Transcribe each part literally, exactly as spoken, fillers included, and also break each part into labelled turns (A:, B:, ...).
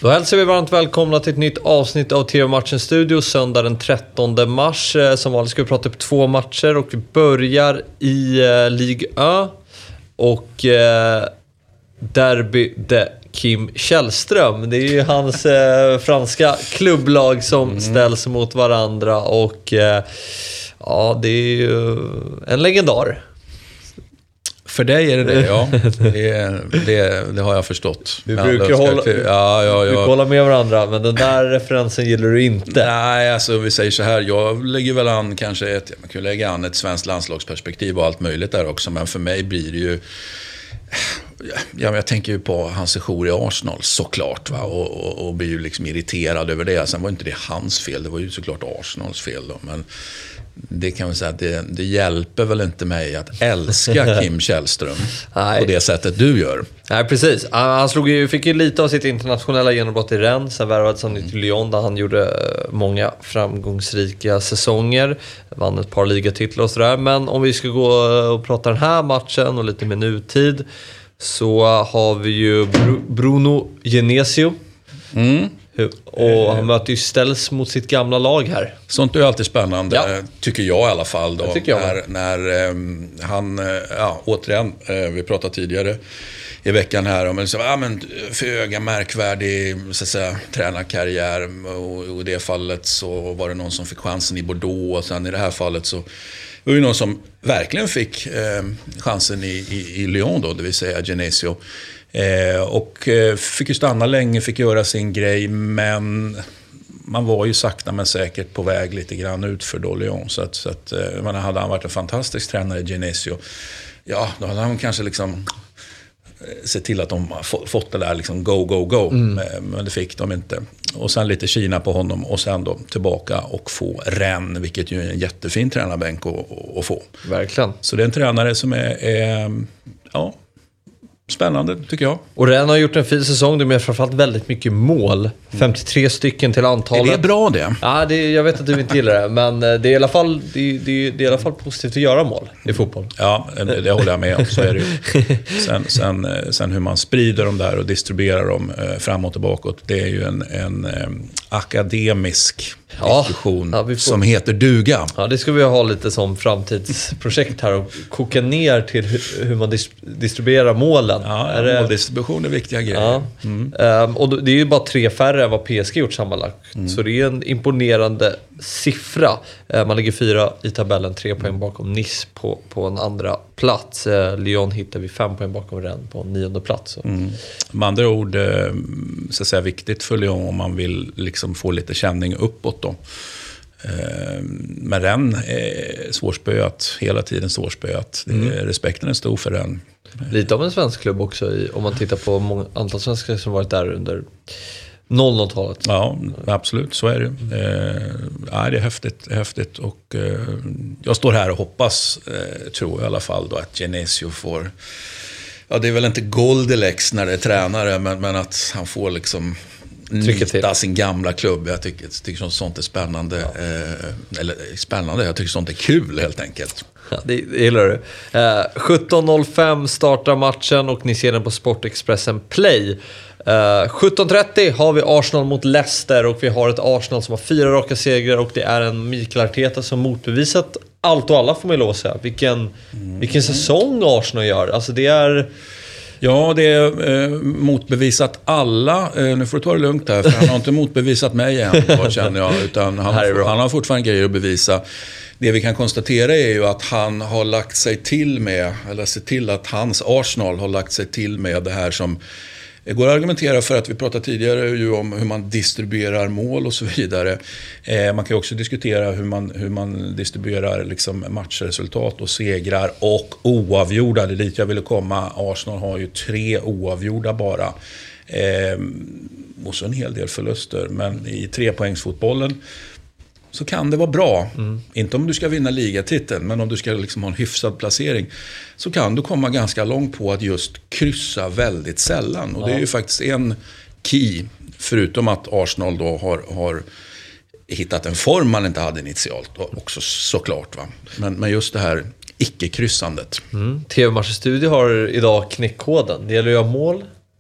A: Då hälsar vi varmt välkomna till ett nytt avsnitt av T V-matchen Studio söndag den trettonde mars. Som vanligt ska vi prata upp två matcher och vi börjar i eh, Ligue Ö och eh, Derby de Kim Källström. Det är ju hans eh, franska klubblag som mm. ställs mot varandra och eh, ja, det är ju en legendar.
B: För dig är det det, ja. Det, det, det har jag förstått.
A: Vi brukar hålla, ja, ja, ja. hålla med varandra, men den där referensen gillar du inte.
B: Nej, alltså vi säger så här. Jag lägger väl an kanske ett, man kan lägga an ett svenskt landslagsperspektiv och allt möjligt där också. Men för mig blir det ju... Ja, jag tänker ju på hans sejour i Arsenal, såklart. Va? Och, och, och blir ju liksom irriterad över det. Sen var inte det hans fel, det var ju såklart Arsenals fel då. Men... Det kan man säga att det, det hjälper väl inte mig att älska Kim Källström på det sättet du gör.
A: Nej, precis. Han slog ju, fick ju lite av sitt internationella genombrott i Rennes. Sen värvades han till Lyon där han gjorde många framgångsrika säsonger. Vann ett par ligatitlar och sådär. Men om vi ska gå och prata den här matchen och lite med nutid så har vi ju Bruno Genesio. Mm. Och han möter ju ställs mot sitt gamla lag här.
B: Sånt är alltid spännande, ja. Tycker jag i alla fall då.
A: Jag.
B: När, när um, han, ja återigen, uh, vi pratade tidigare i veckan här om en så, ja, men föga märkvärdig så att säga, tränarkarriär. Och, och i det fallet så var det någon som fick chansen i Bordeaux. Och sen i det här fallet så var det någon som verkligen fick eh, chansen i, i, i Lyon då, det vill säga Genesio. Eh, och eh, fick ju stanna länge, fick göra sin grej, men man var ju sakta men säkert på väg lite grann ut för då Lyon. Så att, så att eh, man hade han varit en fantastisk tränare, Genesio, ja, då hade han kanske liksom se till att de fått det där liksom go, go, go. Mm. Men det fick de inte. Och sen lite Kina på honom och sen då tillbaka och få Rennes, vilket ju är en jättefin tränarbänk att, att få.
A: Verkligen.
B: Så det är en tränare som är, är ja, spännande tycker jag.
A: Och Rennes har gjort en fin säsong. Det är framförallt väldigt mycket mål. femtiotre stycken till antalet.
B: Är det bra det?
A: Ja, det, jag vet att du inte gillar det. Men det är i alla fall, det, det, det är i alla fall positivt att göra mål i fotboll.
B: Ja, det, det håller jag med om. Så är det ju. Sen, sen, sen hur man sprider dem där och distribuerar dem fram och tillbaka. Det är ju en, en akademisk diskussion ja, ja, får... som heter duga.
A: Ja, det ska vi ha lite som framtidsprojekt här och koka ner till hur, hur man dis- distribuerar målen.
B: Ja, är det... måldistribution är viktiga grejer.
A: Ja. Mm. Um, och det är ju bara tre färre än vad P S G gjort sammanlagt. Mm. Så det är en imponerande siffra. Uh, man ligger fyra i tabellen, tre poäng bakom Nice på, på en andra plats. Uh, Lyon hittar vi fem poäng bakom Rennes på en nionde plats.
B: Mm. Med andra ord, uh, så att säga, viktigt för Lyon om man vill liksom få lite känning uppåt då. Uh, men Rennes är svårspöat, hela tiden svårspöat. Mm. Respekten är stor för Rennes.
A: Lite av en svensk klubb också i, om man tittar på många, antal svenskar som varit där under noll noll-talet.
B: Ja, absolut, så är det. Eh, ja, det är häftigt, häftigt och eh, jag står här och hoppas, eh, tror jag i alla fall då, att Genesio får, ja det är väl inte Goldelex när det är tränare, men, men att han får liksom nita sin gamla klubb. Jag tycker, jag tycker sånt är spännande. Ja. Eh, eller spännande, jag tycker sånt är kul helt enkelt.
A: Ja, det, det gillar du. Eh, sjutton noll fem startar matchen och ni ser den på Sportexpressen Play. Eh, sjutton trettio har vi Arsenal mot Leicester och vi har ett Arsenal som har fyra raka segrar och det är en Mikael Arteta som motbevisat allt och alla, får man lov att säga. Vilken, mm. vilken säsong Arsenal gör. Alltså det är...
B: Ja, det är eh, motbevisat alla. Eh, nu får du ta det lugnt här, för han har inte motbevisat mig än, vad känner jag. Utan han, han har fortfarande grejer att bevisa. Det vi kan konstatera är ju att han har lagt sig till med, eller sett till att hans Arsenal har lagt sig till med det här som går att argumentera för, att vi pratade tidigare ju om hur man distribuerar mål och så vidare. Eh, man kan också diskutera hur man, hur man distribuerar liksom matchresultat och segrar och oavgjorda. Det är dit jag ville komma. Arsenal har ju tre oavgjorda bara. Eh, och så en hel del förluster. Men i trepoängsfotbollen så kan det vara bra. Mm. Inte om du ska vinna ligatiteln, men om du ska liksom ha en hyfsad placering, så kan du komma ganska långt på att just kryssa väldigt sällan. Och ja. Det är ju faktiskt en key, förutom att Arsenal då har, har hittat en form man inte hade initialt också, såklart. Va? Men, men just det här icke-kryssandet.
A: Mm. T V-matchstudio har idag knäckkoden. Det gäller att göra mål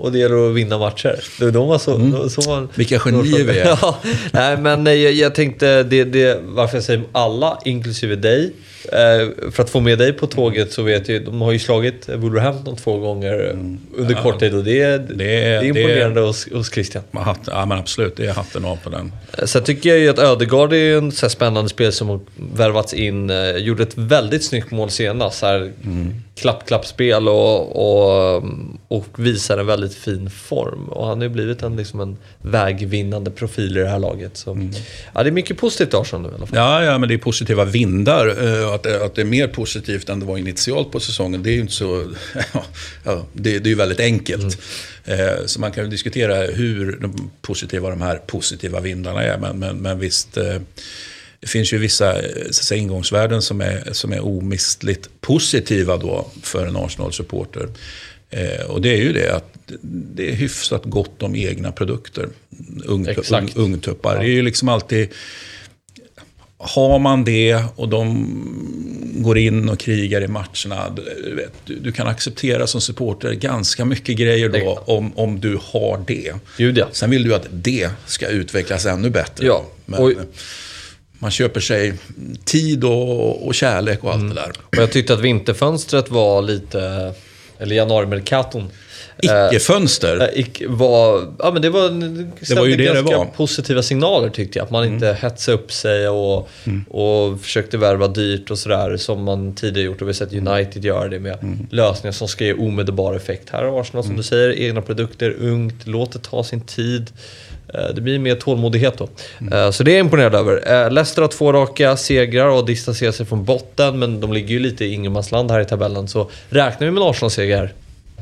A: och det gäller att vinna matcher. Då, då var så, mm. då, så man,
B: Vilka genier vi är.
A: Ja, nej, men jag, jag tänkte, det, det, varför jag säger alla, inklusive dig, eh, för att få med dig på tåget så vet jag, de har ju slagit Wolverhampton två gånger mm. under ja, kort tid och det, det, det är imponerande det, hos, hos Christian.
B: Hatt, ja men absolut, det är hatten av på den.
A: Sen tycker jag ju att Ödegaard är en så här spännande spel som har värvats in, eh, gjorde ett väldigt snyggt mål senast, så här mm. klapp-klapp-spel och, och, och visar en väldigt fin form. Och han har ju blivit en, liksom en vägvinnande profil i det här laget. Så, mm. ja, det är mycket positivt Arsenal nu i alla fall.
B: Ja, ja, men det är positiva vindar. Att det, att det är mer positivt än det var initialt på säsongen, det är ju inte så... Ja, det, det är ju väldigt enkelt. Mm. Så man kan ju diskutera hur de positiva de här positiva vindarna är. Men, men, men visst... Det finns ju vissa så säga, ingångsvärden som är, som är omistligt positiva då för en Arsenal-supporter. Eh, och det är ju det att det är hyfsat gott om egna produkter. Ung, ung, ungtuppar. Ja. Det är ju liksom alltid... Har man det och de går in och krigar i matcherna, du, vet, du, du kan acceptera som supporter ganska mycket grejer då om, om du har det.
A: Gud, ja.
B: Sen vill du att det ska utvecklas ännu bättre.
A: Ja.
B: Men,
A: och...
B: Man köper sig tid och, och kärlek och allt mm. det där.
A: Och jag tyckte att vinterfönstret var lite... Eller januari-merkaton.
B: Icke-fönster?
A: Eh, icke, var, ja, men det var,
B: det var ju det
A: ganska
B: det var.
A: Positiva signaler tyckte jag. Att man mm. inte hetsade upp sig och, mm. och försökte värva dyrt och sådär. Som man tidigare gjort. Och vi har sett United göra det med mm. lösningar som ska ge omedelbar effekt. Här har Arsenal, som mm. du säger, egna produkter, ungt, låt det ta sin tid. Det blir mer tålmodighet då. Mm. Så det är imponerad över. Leicester har två raka segrar och distanserar sig från botten. Men de ligger ju lite i ingenmansland här i tabellen. Så räknar vi med en Arsenal-seger här?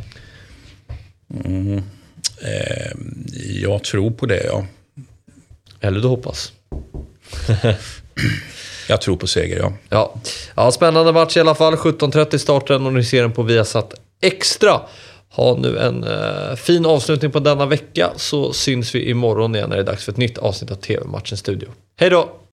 B: Mm. Eh, jag tror på det, ja.
A: Eller du hoppas.
B: Jag tror på seger, ja.
A: ja. Ja, spännande match i alla fall. sjutton trettio starten och ni ser den på Viasat Extra. Ha nu en uh, fin avslutning på denna vecka, så syns vi imorgon igen när det är dags för ett nytt avsnitt av T V-matchen Studio. Hej då!